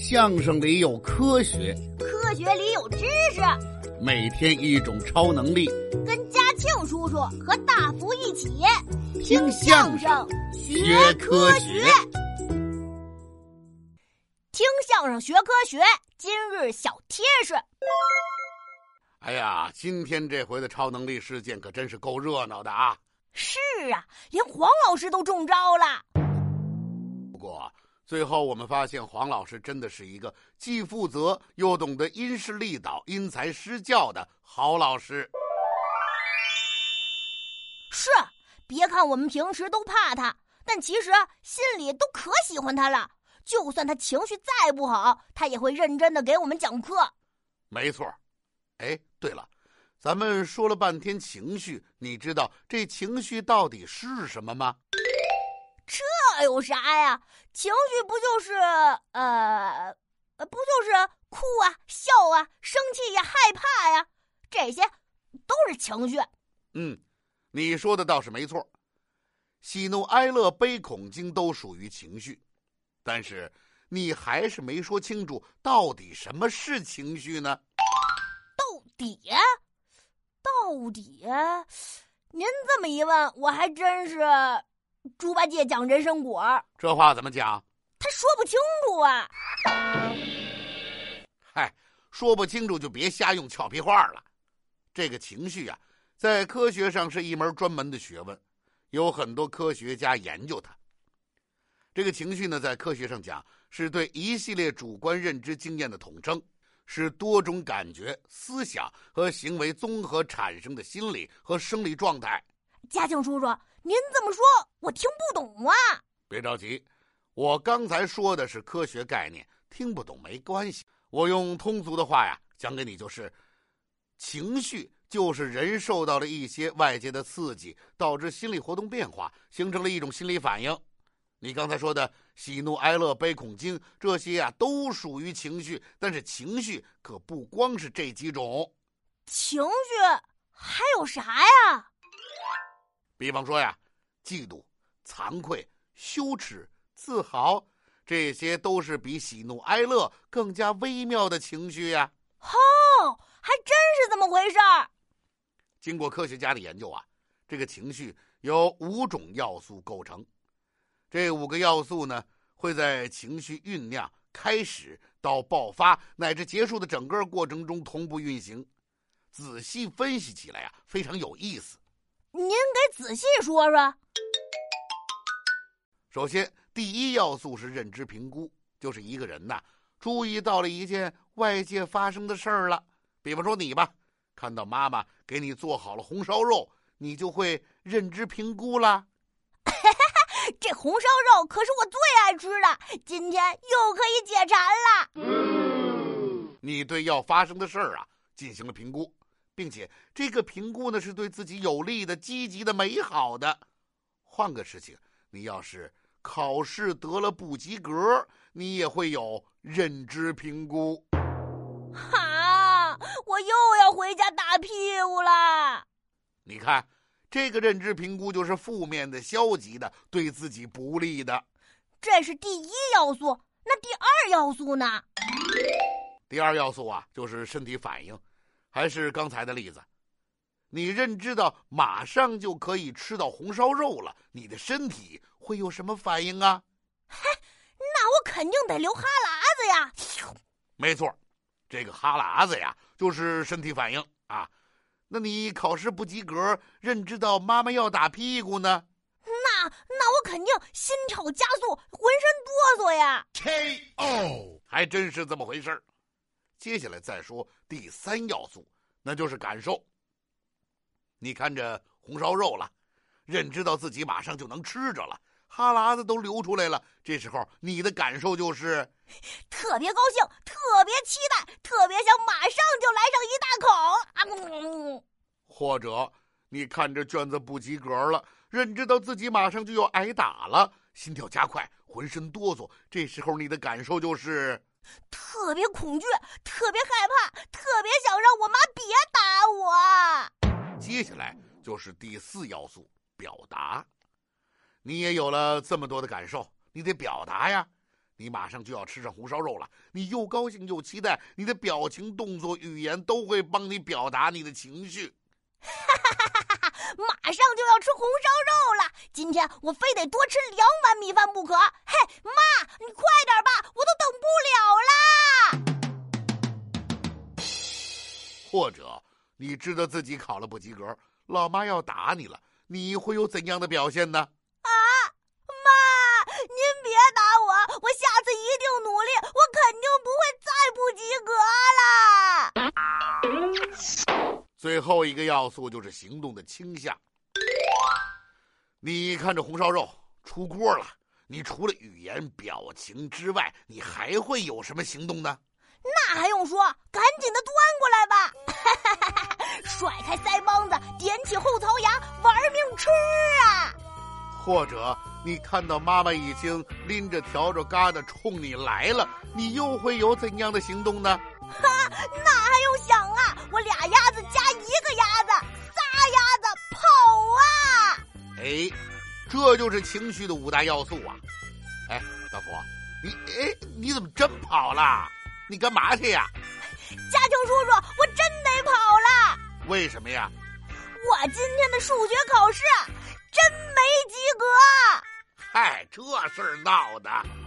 相声里有科学， 科学里有知识， 每天一种超能力， 跟嘉庆叔叔和大福一起听相声学科学。 听相声学科学，今日小贴士。 哎呀，今天这回的超能力事件可真是够热闹的啊！ 是啊，连黄老师都中招了。 不过最后我们发现黄老师真的是一个既负责又懂得因势利导、因材施教的好老师。 是，别看我们平时都怕他，但其实心里都可喜欢他了。就算他情绪再不好，他也会认真的给我们讲课。 没错。哎，对了，咱们说了半天情绪，你知道这情绪到底是什么吗？ 这有啥呀？情绪不就是哭啊、笑啊、生气呀、害怕呀，这些都是情绪。 你说的倒是没错，喜怒哀乐悲恐惊都属于情绪，但是你还是没说清楚到底什么是情绪呢？ 到底您这么一问，我还真是猪八戒讲人参果， 这话怎么讲？ 他说不清楚啊。 嗨，说不清楚就别瞎用俏皮话了。这个情绪啊，在科学上是一门专门的学问，有很多科学家研究它。这个情绪呢，在科学上讲是对一系列主观认知经验的统称，是多种感觉、思想和行为综合产生的心理和生理状态。 嘉庆叔叔，您这么说我听不懂啊。 别着急，我刚才说的是科学概念，听不懂没关系。我用通俗的话呀讲给你，就是情绪就是人受到了一些外界的刺激，导致心理活动变化，形成了一种心理反应。你刚才说的喜怒哀乐悲恐惊，这些啊都属于情绪，但是情绪可不光是这几种。 情绪还有啥呀？ 比方说呀，嫉妒、惭愧、羞耻、自豪，这些都是比喜怒哀乐更加微妙的情绪呀。 还真是这么回事儿。 经过科学家的研究啊，这个情绪由5种要素构成。这5个要素呢，会在情绪酝酿、开始到爆发乃至结束的整个过程中同步运行。仔细分析起来啊，非常有意思。 您给仔细说说。 首先，第一要素是认知评估，就是一个人呐，注意到了一件外界发生的事儿了。比方说你吧，看到妈妈给你做好了红烧肉，你就会认知评估啦。 这红烧肉可是我最爱吃的，今天又可以解馋了。 你对要发生的事儿啊进行了评估，并且这个评估呢是对自己有利的、积极的、美好的。换个事情，你要是考试得了不及格，你也会有认知评估。 我又要回家打屁股了。你看，这个认知评估就是负面的、消极的，对自己不利的。 这是第一要素，那第二要素呢？ 第二要素啊，就是身体反应。还是刚才的例子，你认知到马上就可以吃到红烧肉了，你的身体会有什么反应啊？ 那我肯定得流哈喇子呀。 没错，这个哈喇子呀，就是身体反应啊。那你考试不及格，认知到妈妈要打屁股呢？ 那我肯定心跳加速，浑身哆嗦呀。 KO， 还真是这么回事。接下来再说第3要素，那就是感受。你看着红烧肉了，认知到自己马上就能吃着了，哈喇子都流出来了，这时候你的感受就是特别高兴，特别期待，特别想马上就来上一大口。 或者你看着卷子不及格了，认知到自己马上就要挨打了，心跳加快，浑身哆嗦，这时候你的感受就是特别恐惧，特别害怕，特别想让我妈别打我。 接下来就是第4要素，表达。你也有了这么多的感受，你得表达呀。 你马上就要吃上红烧肉了，你又高兴又期待，你的表情、动作、语言都会帮你表达你的情绪。 马上就要吃红烧肉了，今天我非得多吃2碗米饭不可。嘿，妈，你快点吧，我都等不了啦！ 或者你知道自己考了不及格，老妈要打你了，你会有怎样的表现呢？ 妈，您别打我，我下次一定努力，我肯定不会再不及格了。 最后一个要素就是行动的倾向。你看着红烧肉出锅了，你除了语言表情之外，你还会有什么行动呢？ 那还用说，赶紧的端过来吧！甩开腮帮子，点起后槽牙，玩命吃啊！ 或者你看到妈妈已经拎着笤帚疙瘩冲你来了，你又会有怎样的行动呢？ 那还用想啊！我2鸭子加1个鸭子，仨鸭子跑啊！ 哎，这就是情绪的5大要素啊！哎，大福，你怎么真跑了？你干嘛去呀？ 家庆叔叔，我真得跑了。 为什么呀？ 我今天的数学考试真没及格。 嗨，这事儿闹的。